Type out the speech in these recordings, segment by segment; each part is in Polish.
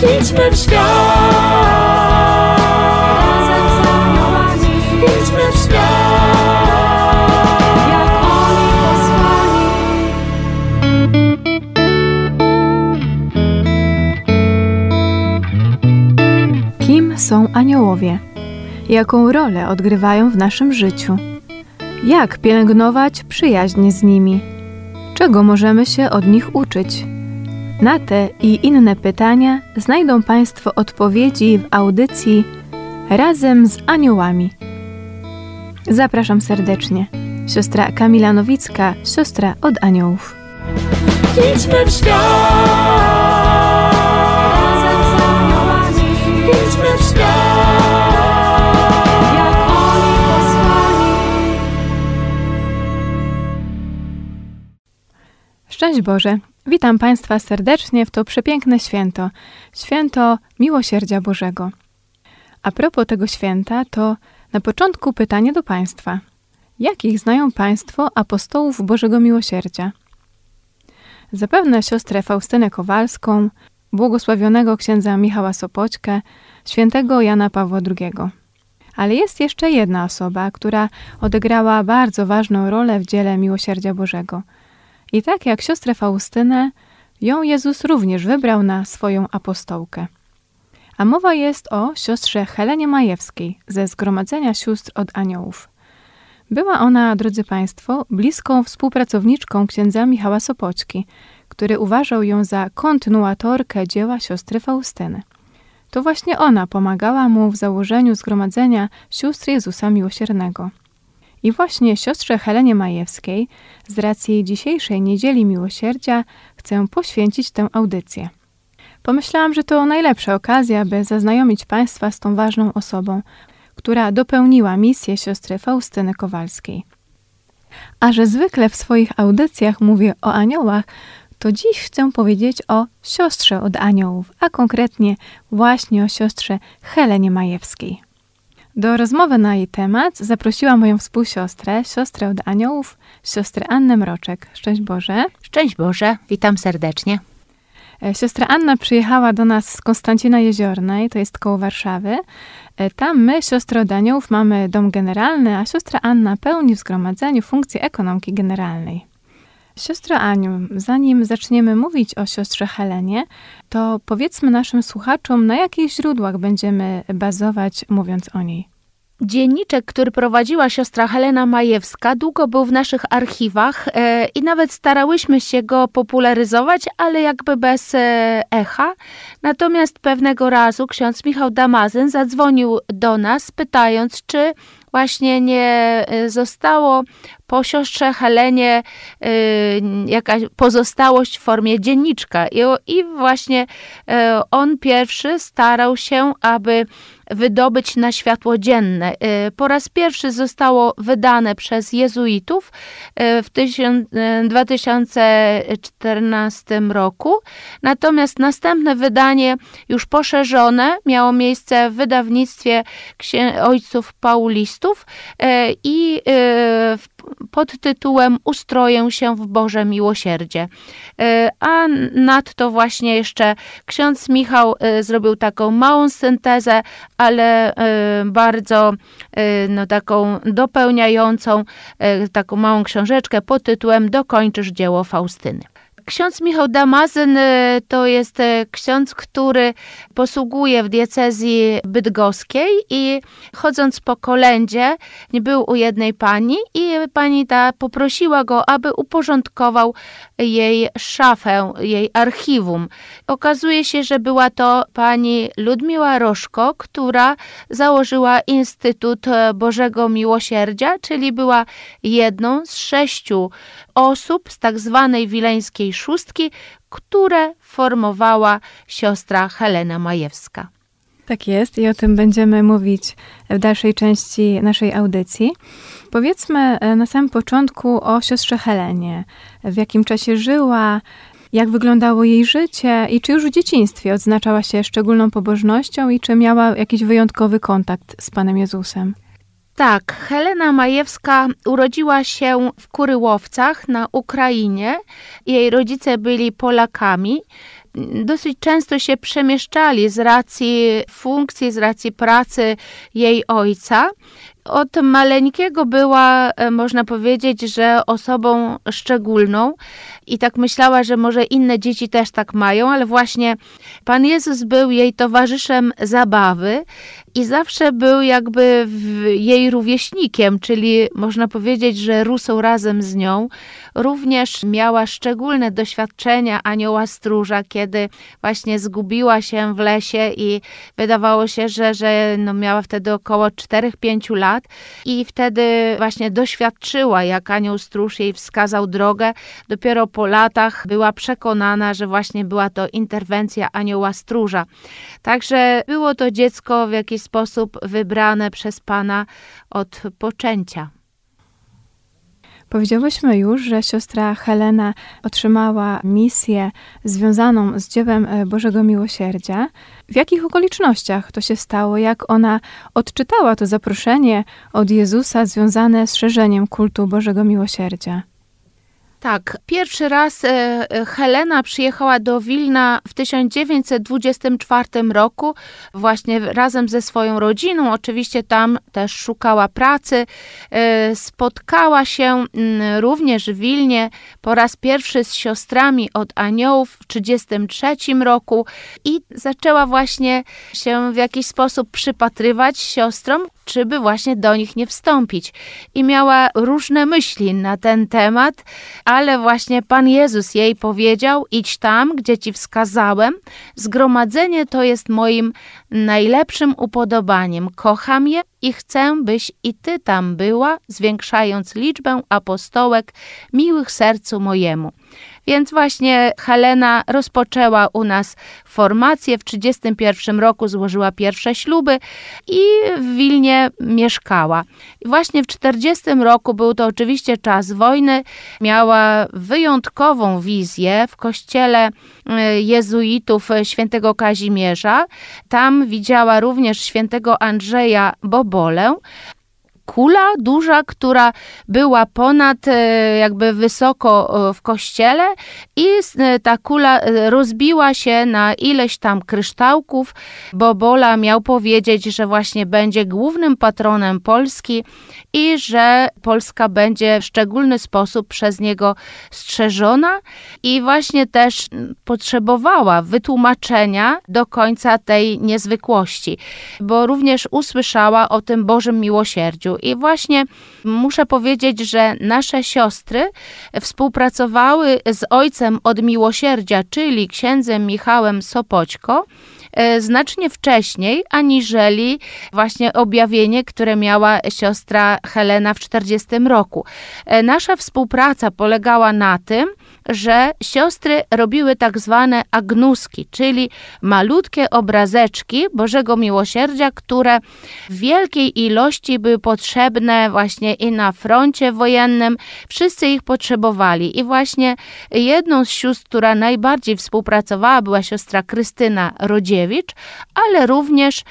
Idźmy w świat. Razem z aniołami. Idźmy w świat. Jak oni posłani. Kim są aniołowie? Jaką rolę odgrywają w naszym życiu? Jak pielęgnować przyjaźń z nimi? Czego możemy się od nich uczyć? Na te i inne pytania znajdą Państwo odpowiedzi w audycji Razem z aniołami. Zapraszam serdecznie. Siostra Kamila Nowicka, siostra od aniołów. Idźmy w świat. Razem z aniołami. Idźmy w świat. Jak oni posłani. Szczęść Boże! Witam Państwa serdecznie w to przepiękne święto, święto Miłosierdzia Bożego. A propos tego święta, to na początku pytanie do Państwa. Jakich znają Państwo apostołów Bożego Miłosierdzia? Zapewne siostrę Faustynę Kowalską, błogosławionego księdza Michała Sopoćkę, świętego Jana Pawła II. Ale jest jeszcze jedna osoba, która odegrała bardzo ważną rolę w dziele Miłosierdzia Bożego. I tak jak siostrę Faustynę, ją Jezus również wybrał na swoją apostołkę. A mowa jest o siostrze Helenie Majewskiej ze Zgromadzenia Sióstr od Aniołów. Była ona, drodzy Państwo, bliską współpracowniczką księdza Michała Sopoćki, który uważał ją za kontynuatorkę dzieła siostry Faustyny. To właśnie ona pomagała mu w założeniu Zgromadzenia Sióstr Jezusa Miłosiernego. I właśnie siostrze Helenie Majewskiej, z racji dzisiejszej Niedzieli Miłosierdzia, chcę poświęcić tę audycję. Pomyślałam, że to najlepsza okazja, by zaznajomić Państwa z tą ważną osobą, która dopełniła misję siostry Faustyny Kowalskiej. A że zwykle w swoich audycjach mówię o aniołach, to dziś chcę powiedzieć o siostrze od aniołów, a konkretnie właśnie o siostrze Helenie Majewskiej. Do rozmowy na jej temat zaprosiłam moją współsiostrę, siostrę od aniołów, siostrę Annę Mroczek. Szczęść Boże. Szczęść Boże, witam serdecznie. Siostra Anna przyjechała do nas z Konstancina Jeziornej, to jest koło Warszawy. Tam my, siostry od aniołów, mamy dom generalny, a siostra Anna pełni w zgromadzeniu funkcję ekonomki generalnej. Siostro Aniu, zanim zaczniemy mówić o siostrze Helenie, to powiedzmy naszym słuchaczom, na jakich źródłach będziemy bazować, mówiąc o niej. Dzienniczek, który prowadziła siostra Helena Majewska, długo był w naszych archiwach i nawet starałyśmy się go popularyzować, ale jakby bez echa. Natomiast pewnego razu ksiądz Michał Damazyn zadzwonił do nas, pytając, czy właśnie nie zostało po siostrze Helenie jakaś pozostałość w formie dzienniczka. I właśnie on pierwszy starał się, aby wydobyć na światło dzienne. Po raz pierwszy zostało wydane przez jezuitów w 2014 roku. Natomiast następne wydanie, już poszerzone, miało miejsce w wydawnictwie ojców paulistów i pod tytułem Ustroję się w Boże Miłosierdzie. A nadto właśnie jeszcze ksiądz Michał zrobił taką małą syntezę, ale bardzo taką dopełniającą, taką małą książeczkę pod tytułem Dokończysz dzieło Faustyny. Ksiądz Michał Damazyn to jest ksiądz, który posługuje w diecezji bydgoskiej i chodząc po kolędzie był u jednej pani i pani ta poprosiła go, aby uporządkował jej szafę, jej archiwum. Okazuje się, że była to pani Ludmiła Rożko, która założyła Instytut Bożego Miłosierdzia, czyli była jedną z 6 osób z tak zwanej wileńskiej szóstki, które formowała siostra Helena Majewska. Tak jest i o tym będziemy mówić w dalszej części naszej audycji. Powiedzmy na samym początku o siostrze Helenie. W jakim czasie żyła, jak wyglądało jej życie i czy już w dzieciństwie odznaczała się szczególną pobożnością i czy miała jakiś wyjątkowy kontakt z Panem Jezusem? Tak, Helena Majewska urodziła się w Kuryłowcach na Ukrainie. Jej rodzice byli Polakami. dosyć często się przemieszczali z racji funkcji, z racji pracy jej ojca. Od maleńkiego była, można powiedzieć, że osobą szczególną i tak myślała, że może inne dzieci też tak mają, ale właśnie Pan Jezus był jej towarzyszem zabawy i zawsze był jakby jej rówieśnikiem, czyli można powiedzieć, że rósł razem z nią. Również miała szczególne doświadczenia anioła stróża, kiedy właśnie zgubiła się w lesie i wydawało się, że miała wtedy około 4-5 lat i wtedy właśnie doświadczyła, jak anioł stróż jej wskazał drogę. Dopiero po latach była przekonana, że właśnie była to interwencja anioła stróża. Także było to dziecko w jakiś sposób wybrane przez Pana od poczęcia. Powiedziałyśmy już, że siostra Helena otrzymała misję związaną z dziełem Bożego Miłosierdzia. W jakich okolicznościach to się stało? Jak ona odczytała to zaproszenie od Jezusa związane z szerzeniem kultu Bożego Miłosierdzia? Tak, pierwszy raz Helena przyjechała do Wilna w 1924 roku, właśnie razem ze swoją rodziną. Oczywiście tam też szukała pracy. Spotkała się również w Wilnie po raz pierwszy z siostrami od aniołów w 1933 roku i zaczęła właśnie się w jakiś sposób przypatrywać siostrom, czy by właśnie do nich nie wstąpić. I miała różne myśli na ten temat, ale właśnie Pan Jezus jej powiedział: idź tam, gdzie ci wskazałem. Zgromadzenie to jest moim najlepszym upodobaniem. Kocham je i chcę, byś i ty tam była, zwiększając liczbę apostołek miłych sercu mojemu. Więc właśnie Helena rozpoczęła u nas formację. W 1931 roku złożyła pierwsze śluby i w Wilnie mieszkała. I właśnie w 1940 roku, był to oczywiście czas wojny, miała wyjątkową wizję w kościele jezuitów świętego Kazimierza. Tam widziała również świętego Andrzeja Bobolę. Kula duża, która była ponad jakby wysoko w kościele i ta kula rozbiła się na ileś tam kryształków. Bobola miał powiedzieć, że właśnie będzie głównym patronem Polski i że Polska będzie w szczególny sposób przez niego strzeżona i właśnie też potrzebowała wytłumaczenia do końca tej niezwykłości, bo również usłyszała o tym Bożym miłosierdziu. I właśnie muszę powiedzieć, że nasze siostry współpracowały z ojcem od miłosierdzia, czyli księdzem Michałem Sopoćko, znacznie wcześniej, aniżeli właśnie objawienie, które miała siostra Helena w 1940 roku. Nasza współpraca polegała na tym, że siostry robiły tak zwane agnuski, czyli malutkie obrazeczki Bożego Miłosierdzia, które w wielkiej ilości były potrzebne właśnie i na froncie wojennym. Wszyscy ich potrzebowali i właśnie jedną z sióstr, która najbardziej współpracowała, była siostra Krystyna Rodziewicz, ale również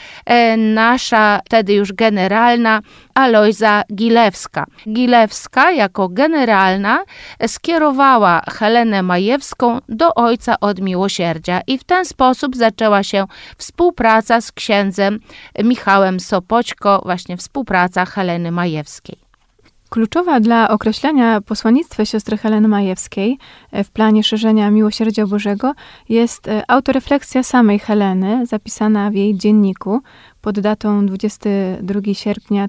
nasza wtedy już generalna Alojza Gilewska. Gilewska jako generalna skierowała Helenę Majewską do ojca od miłosierdzia i w ten sposób zaczęła się współpraca z księdzem Michałem Sopoćko, właśnie współpraca Heleny Majewskiej. Kluczowa dla określenia posłannictwa siostry Heleny Majewskiej w planie szerzenia miłosierdzia Bożego jest autorefleksja samej Heleny, zapisana w jej dzienniku pod datą 22 sierpnia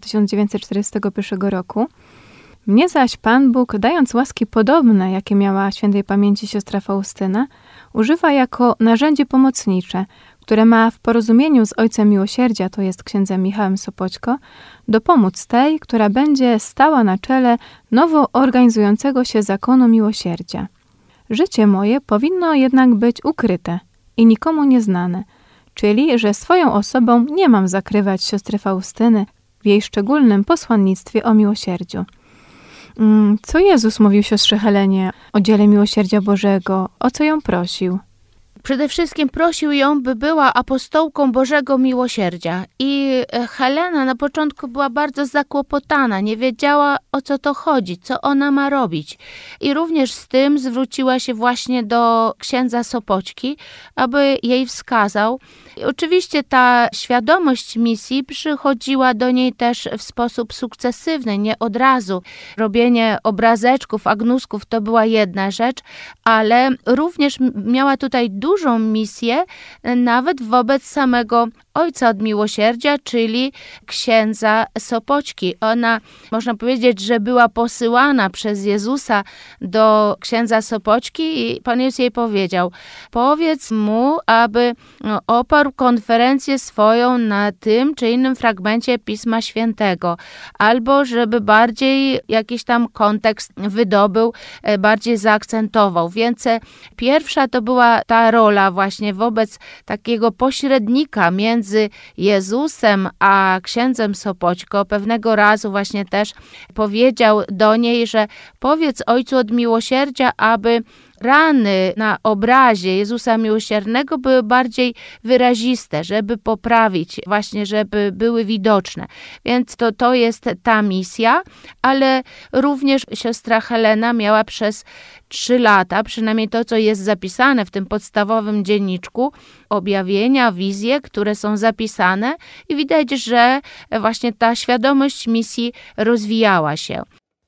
1941 roku. Mnie zaś Pan Bóg, dając łaski podobne, jakie miała świętej pamięci siostra Faustyna, używa jako narzędzie pomocnicze, które ma w porozumieniu z Ojcem Miłosierdzia, to jest księdzem Michałem Sopoćko, dopomóc tej, która będzie stała na czele nowo organizującego się zakonu miłosierdzia. Życie moje powinno jednak być ukryte i nikomu nieznane, czyli, że swoją osobą nie mam zakrywać siostry Faustyny w jej szczególnym posłannictwie o miłosierdziu. Co Jezus mówił siostrze Helenie o dziele miłosierdzia Bożego, o co ją prosił? Przede wszystkim prosił ją, by była apostołką Bożego Miłosierdzia. I Helena na początku była bardzo zakłopotana, nie wiedziała, o co to chodzi, co ona ma robić. I również z tym zwróciła się właśnie do księdza Sopoćki, aby jej wskazał. I oczywiście ta świadomość misji przychodziła do niej też w sposób sukcesywny, nie od razu. Robienie obrazeczków, agnusków to była jedna rzecz, ale również miała tutaj dużą misję nawet wobec samego Ojca od Miłosierdzia, czyli księdza Sopoćki. Ona, można powiedzieć, że była posyłana przez Jezusa do księdza Sopoćki i Pan Jezus jej powiedział: powiedz mu, aby oparł konferencję swoją na tym czy innym fragmencie Pisma Świętego, albo żeby bardziej jakiś tam kontekst wydobył, bardziej zaakcentował. Więc pierwsza to była ta rola właśnie wobec takiego pośrednika między Jezusem a księdzem Sopoćko. Pewnego razu właśnie też powiedział do niej, że powiedz Ojcu od Miłosierdzia, aby rany na obrazie Jezusa Miłosiernego były bardziej wyraziste, żeby poprawić, właśnie żeby były widoczne. Więc to jest ta misja, ale również siostra Helena miała przez 3 lata, przynajmniej to, co jest zapisane w tym podstawowym dzienniczku, objawienia, wizje, które są zapisane i widać, że właśnie ta świadomość misji rozwijała się.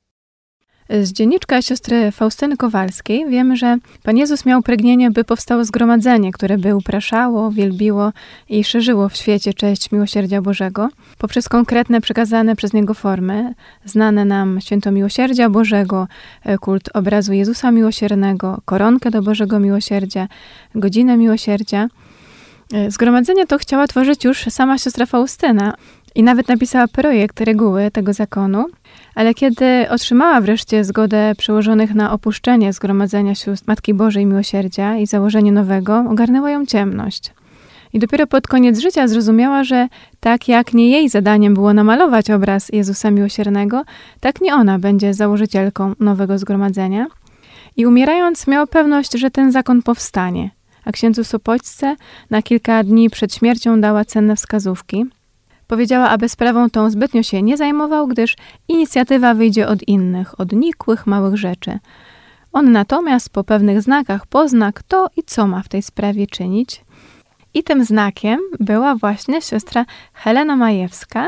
Z dzienniczka siostry Faustyny Kowalskiej wiemy, że Pan Jezus miał pragnienie, by powstało zgromadzenie, które by upraszało, wielbiło i szerzyło w świecie cześć miłosierdzia Bożego poprzez konkretne przekazane przez Niego formy, znane nam święto miłosierdzia Bożego, kult obrazu Jezusa Miłosiernego, koronkę do Bożego Miłosierdzia, godzinę miłosierdzia. Zgromadzenie to chciała tworzyć już sama siostra Faustyna i nawet napisała projekt reguły tego zakonu, ale kiedy otrzymała wreszcie zgodę przełożonych na opuszczenie Zgromadzenia Sióstr Matki Bożej Miłosierdzia i założenie nowego, ogarnęła ją ciemność. I dopiero pod koniec życia zrozumiała, że tak jak nie jej zadaniem było namalować obraz Jezusa Miłosiernego, tak nie ona będzie założycielką nowego zgromadzenia. I umierając miała pewność, że ten zakon powstanie, a księdzu Sopoćce na kilka dni przed śmiercią dała cenne wskazówki. Powiedziała, aby sprawą tą zbytnio się nie zajmował, gdyż inicjatywa wyjdzie od innych, od nikłych, małych rzeczy. On natomiast po pewnych znakach pozna, kto i co ma w tej sprawie czynić. I tym znakiem była właśnie siostra Helena Majewska,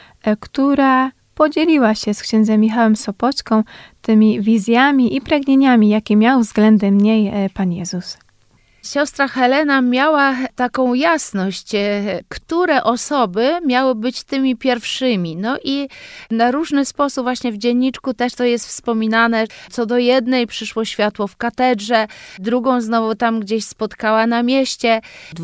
która podzieliła się z księdzem Michałem Sopoćką tymi wizjami i pragnieniami, jakie miał względem niej Pan Jezus. Siostra Helena miała taką jasność, które osoby miały być tymi pierwszymi. No i na różny sposób właśnie w dzienniczku też to jest wspominane. Co do jednej przyszło światło w katedrze, drugą znowu tam gdzieś spotkała na mieście.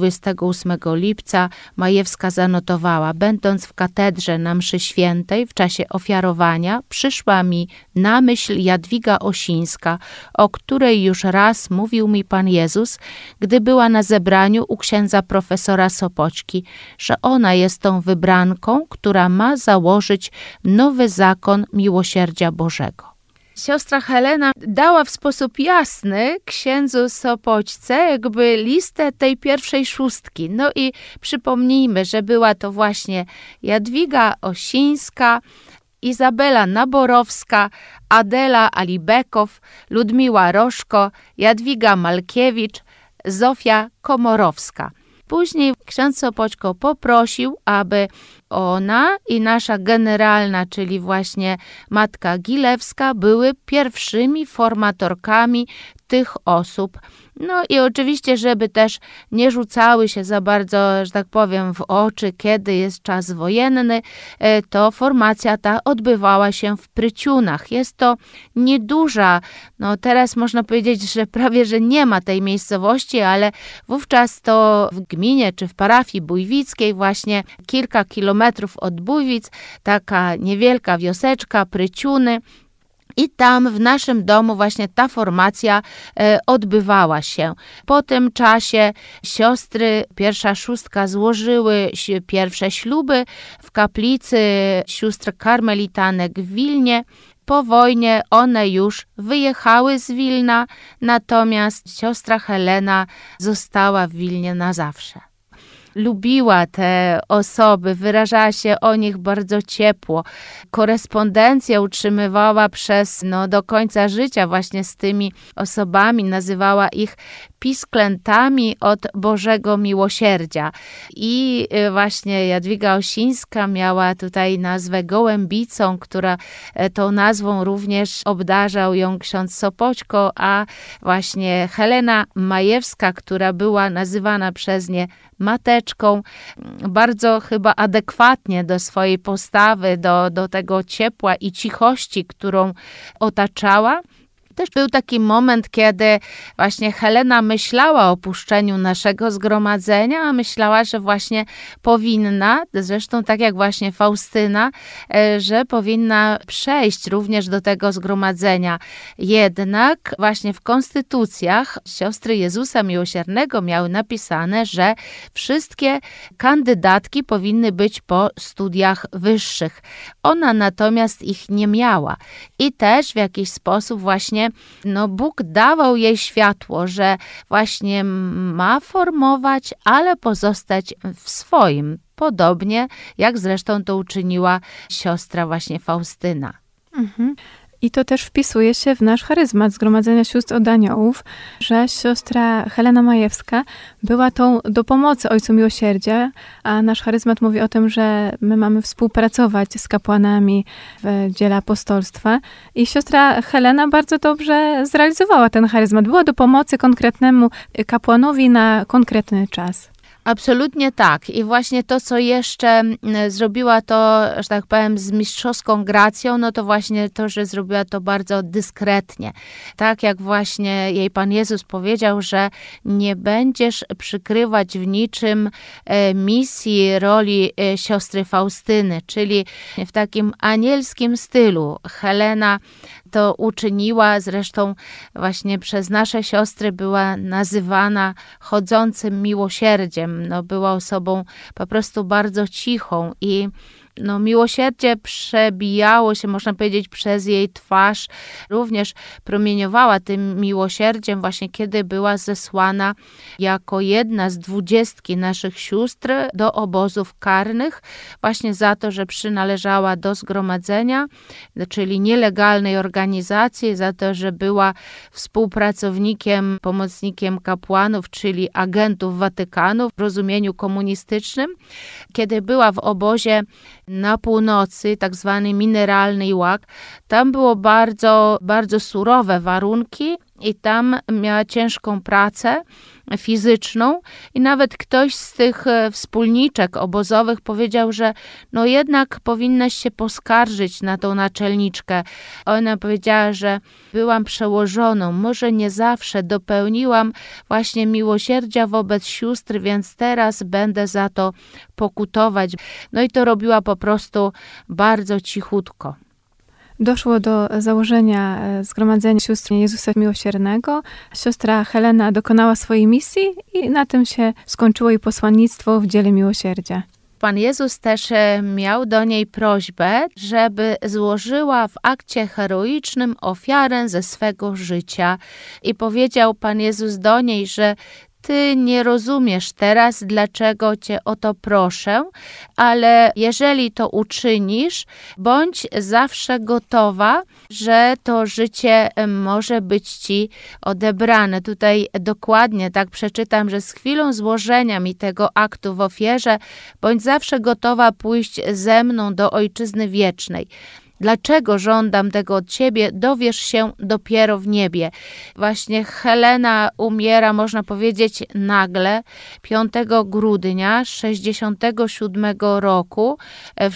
28 lipca Majewska zanotowała: będąc w katedrze na mszy świętej w czasie ofiarowania, przyszła mi na myśl Jadwiga Osińska, o której już raz mówił mi Pan Jezus, gdy była na zebraniu u księdza profesora Sopoćki, że ona jest tą wybranką, która ma założyć nowy zakon miłosierdzia Bożego. Siostra Helena dała w sposób jasny księdzu Sopoćce jakby listę tej pierwszej szóstki. No i przypomnijmy, że była to właśnie Jadwiga Osińska, Izabela Naborowska, Adela Alibekow, Ludmiła Roszko, Jadwiga Malkiewicz, Zofia Komorowska. Później ksiądz Sopoćko poprosił, aby ona i nasza generalna, czyli właśnie matka Gilewska, były pierwszymi formatorkami tych osób. No i oczywiście, żeby też nie rzucały się za bardzo, że tak powiem, w oczy, kiedy jest czas wojenny, to formacja ta odbywała się w Pryciunach. Jest to nieduża, no teraz można powiedzieć, że prawie, że nie ma tej miejscowości, ale wówczas to w gminie czy w parafii bujwickiej, właśnie kilka kilometrów od Bujwic, taka niewielka wioseczka Pryciuny. I tam w naszym domu właśnie ta formacja odbywała się. Po tym czasie siostry, pierwsza szóstka, złożyły pierwsze śluby w kaplicy sióstr karmelitanek w Wilnie. po wojnie one już wyjechały z Wilna, natomiast siostra Helena została w Wilnie na zawsze. Lubiła te osoby, wyrażała się o nich bardzo ciepło. Korespondencję utrzymywała do końca życia właśnie z tymi osobami. Nazywała ich pisklętami od Bożego Miłosierdzia. I właśnie Jadwiga Osińska miała tutaj nazwę Gołębicą, która tą nazwą również obdarzał ją ksiądz Sopoćko, a właśnie Helena Majewska, która była nazywana przez nie mateczką, bardzo chyba adekwatnie do swojej postawy, do tego ciepła i cichości, którą otaczała. Też był taki moment, kiedy właśnie Helena myślała o opuszczeniu naszego zgromadzenia, a myślała, że właśnie powinna, zresztą tak jak właśnie Faustyna, że powinna przejść również do tego zgromadzenia. Jednak właśnie w konstytucjach siostry Jezusa Miłosiernego miały napisane, że wszystkie kandydatki powinny być po studiach wyższych. Ona natomiast ich nie miała i też w jakiś sposób właśnie Bóg dawał jej światło, że właśnie ma formować, ale pozostać w swoim. Podobnie jak zresztą to uczyniła siostra właśnie Faustyna. Mhm. I to też wpisuje się w nasz charyzmat Zgromadzenia Sióstr od Aniołów, że siostra Helena Majewska była tą do pomocy Ojcu Miłosierdzia, a nasz charyzmat mówi o tym, że my mamy współpracować z kapłanami w dziele apostolstwa. I siostra Helena bardzo dobrze zrealizowała ten charyzmat. Była do pomocy konkretnemu kapłanowi na konkretny czas. Absolutnie tak. I właśnie to, co jeszcze zrobiła to, że tak powiem, z mistrzowską gracją, to właśnie to, że zrobiła to bardzo dyskretnie. Tak jak właśnie jej Pan Jezus powiedział, że nie będziesz przykrywać w niczym misji, roli siostry Faustyny, czyli w takim anielskim stylu. Helena to uczyniła, zresztą właśnie przez nasze siostry była nazywana chodzącym miłosierdziem. Była osobą po prostu bardzo cichą i miłosierdzie przebijało się, można powiedzieć, przez jej twarz. Również promieniowała tym miłosierdziem właśnie, kiedy była zesłana jako jedna z 20 naszych sióstr do obozów karnych, właśnie za to, że przynależała do zgromadzenia, czyli nielegalnej organizacji, za to, że była współpracownikiem, pomocnikiem kapłanów, czyli agentów Watykanu w rozumieniu komunistycznym. Kiedy była w obozie na północy, tak zwany mineralny łak, tam było bardzo, bardzo surowe warunki i tam miała ciężką pracę fizyczną i nawet ktoś z tych wspólniczek obozowych powiedział, że jednak powinnaś się poskarżyć na tą naczelniczkę. Ona powiedziała, że byłam przełożoną, może nie zawsze dopełniłam właśnie miłosierdzia wobec sióstr, więc teraz będę za to pokutować. I to robiła po prostu bardzo cichutko. Doszło do założenia Zgromadzenia Sióstr Jezusa Miłosiernego. Siostra Helena dokonała swojej misji i na tym się skończyło jej posłannictwo w dziele miłosierdzia. Pan Jezus też miał do niej prośbę, żeby złożyła w akcie heroicznym ofiarę ze swego życia. I powiedział Pan Jezus do niej, że ty nie rozumiesz teraz, dlaczego cię o to proszę, ale jeżeli to uczynisz, bądź zawsze gotowa, że to życie może być ci odebrane. Tutaj dokładnie tak przeczytam, że z chwilą złożenia mi tego aktu w ofierze, bądź zawsze gotowa pójść ze mną do Ojczyzny Wiecznej. Dlaczego żądam tego od ciebie, dowiesz się dopiero w niebie. Właśnie Helena umiera, można powiedzieć, nagle 5 grudnia 67 roku, w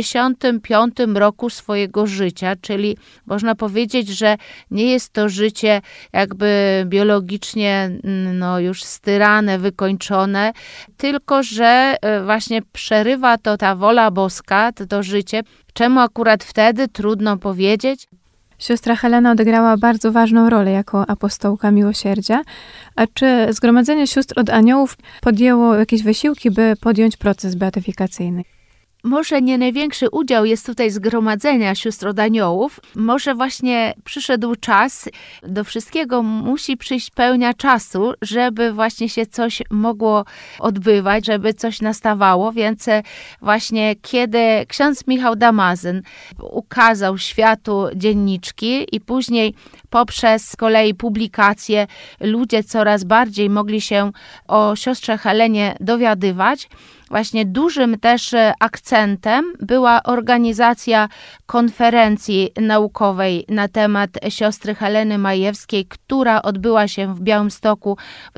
65 roku swojego życia, czyli można powiedzieć, że nie jest to życie jakby biologicznie już styrane, wykończone, tylko że właśnie przerywa to ta wola boska, to życie. Czemu akurat wtedy? Trudno powiedzieć. Siostra Helena odegrała bardzo ważną rolę jako apostołka miłosierdzia. A czy Zgromadzenie Sióstr od Aniołów podjęło jakieś wysiłki, by podjąć proces beatyfikacyjny? może nie największy udział jest tutaj zgromadzenia sióstr od aniołów. Może właśnie przyszedł czas, do wszystkiego musi przyjść pełnia czasu, żeby właśnie się coś mogło odbywać, żeby coś nastawało, więc właśnie kiedy ksiądz Michał Damazyn ukazał światu dzienniczki i później poprzez z kolei publikacje ludzie coraz bardziej mogli się o siostrze Helenie dowiadywać. Właśnie dużym też akcentem była organizacja konferencji naukowej na temat siostry Heleny Majewskiej, która odbyła się w Białymstoku w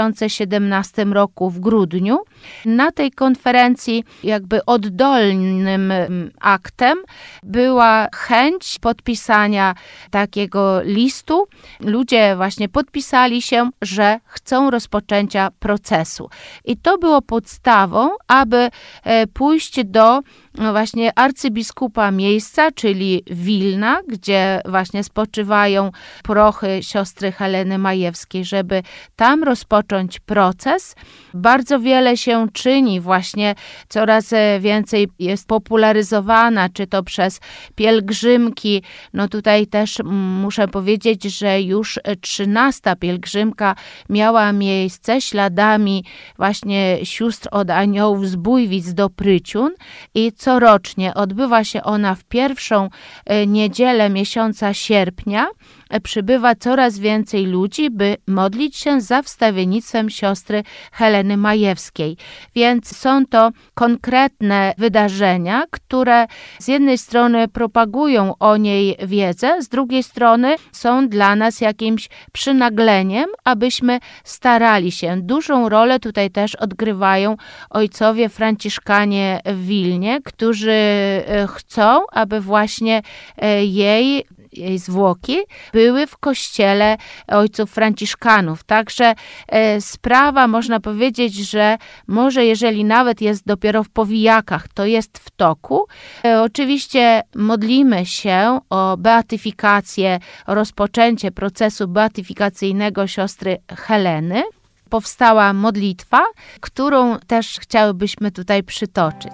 2017 roku w grudniu. Na tej konferencji jakby oddolnym aktem była chęć podpisania takiego listu. Ludzie właśnie podpisali się, że chcą rozpoczęcia procesu. I to było podstawą, aby pójść do właśnie arcybiskupa miejsca, czyli Wilna, gdzie właśnie spoczywają prochy siostry Heleny Majewskiej, żeby tam rozpocząć proces. Bardzo wiele się czyni, właśnie coraz więcej jest popularyzowana, czy to przez pielgrzymki. No tutaj też muszę powiedzieć, że już 13. pielgrzymka miała miejsce śladami właśnie sióstr od aniołów z Bójwic do Pryciun i corocznie odbywa się ona w pierwszą niedzielę miesiąca sierpnia. Przybywa coraz więcej ludzi, by modlić się za wstawiennictwem siostry Heleny Majewskiej. Więc są to konkretne wydarzenia, które z jednej strony propagują o niej wiedzę, z drugiej strony są dla nas jakimś przynagleniem, abyśmy starali się. Dużą rolę tutaj też odgrywają ojcowie franciszkanie w Wilnie, którzy chcą, aby właśnie jej zwłoki były w kościele ojców franciszkanów. Także sprawa, można powiedzieć, że może jeżeli nawet jest dopiero w powijakach, to jest w toku. Oczywiście modlimy się o beatyfikację, o rozpoczęcie procesu beatyfikacyjnego siostry Heleny. Powstała modlitwa, którą też chciałybyśmy tutaj przytoczyć.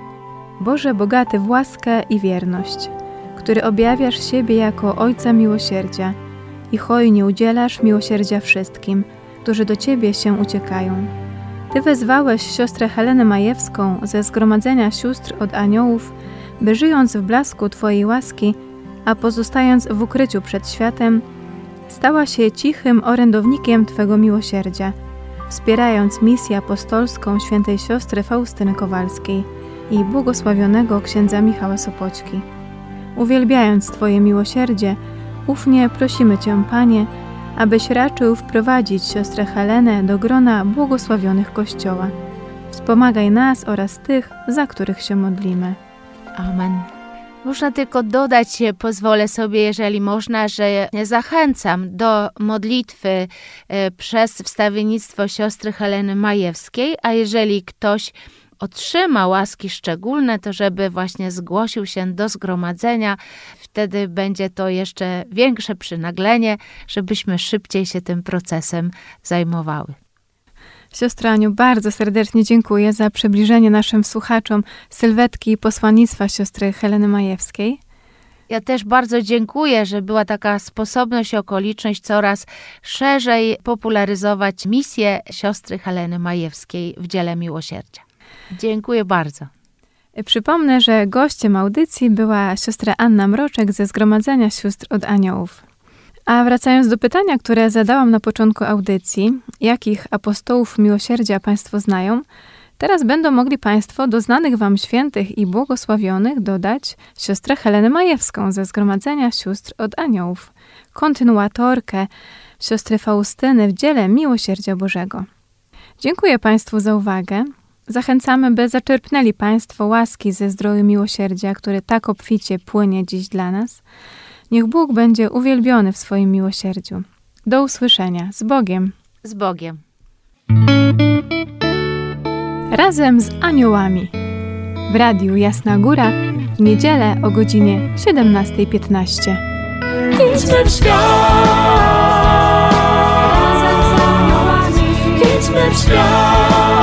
Boże bogaty w łaskę i wierność, który objawiasz siebie jako Ojca miłosierdzia i hojnie udzielasz miłosierdzia wszystkim, którzy do Ciebie się uciekają. Ty wezwałeś siostrę Helenę Majewską ze zgromadzenia sióstr od aniołów, by żyjąc w blasku Twojej łaski, a pozostając w ukryciu przed światem, stała się cichym orędownikiem Twego miłosierdzia, wspierając misję apostolską świętej siostry Faustyny Kowalskiej i błogosławionego księdza Michała Sopoćki. Uwielbiając Twoje miłosierdzie, ufnie prosimy Cię, Panie, abyś raczył wprowadzić siostrę Helenę do grona błogosławionych Kościoła. Wspomagaj nas oraz tych, za których się modlimy. Amen. Można tylko dodać, pozwolę sobie, jeżeli można, że zachęcam do modlitwy przez wstawiennictwo siostry Heleny Majewskiej, a jeżeli ktoś otrzyma łaski szczególne, to żeby właśnie zgłosił się do zgromadzenia. Wtedy będzie to jeszcze większe przynaglenie, żebyśmy szybciej się tym procesem zajmowały. Siostra Aniu, bardzo serdecznie dziękuję za przybliżenie naszym słuchaczom sylwetki i posłannictwa siostry Heleny Majewskiej. Ja też bardzo dziękuję, że była taka sposobność i okoliczność coraz szerzej popularyzować misję siostry Heleny Majewskiej w dziele miłosierdzia. Dziękuję bardzo. Przypomnę, że gościem audycji była siostra Anna Mroczek ze Zgromadzenia Sióstr od Aniołów. A wracając do pytania, które zadałam na początku audycji, jakich apostołów miłosierdzia Państwo znają, teraz będą mogli Państwo do znanych Wam świętych i błogosławionych dodać siostrę Helenę Majewską ze Zgromadzenia Sióstr od Aniołów, kontynuatorkę siostry Faustyny w dziele miłosierdzia Bożego. Dziękuję Państwu za uwagę. Zachęcamy, by zaczerpnęli Państwo łaski ze zdroju miłosierdzia, który tak obficie płynie dziś dla nas. Niech Bóg będzie uwielbiony w swoim miłosierdziu. Do usłyszenia. Z Bogiem. Z Bogiem. Razem z aniołami. W Radiu Jasna Góra w niedzielę o godzinie 17:15. Idźmy w świat. Razem z aniołami. Idźmy w świat.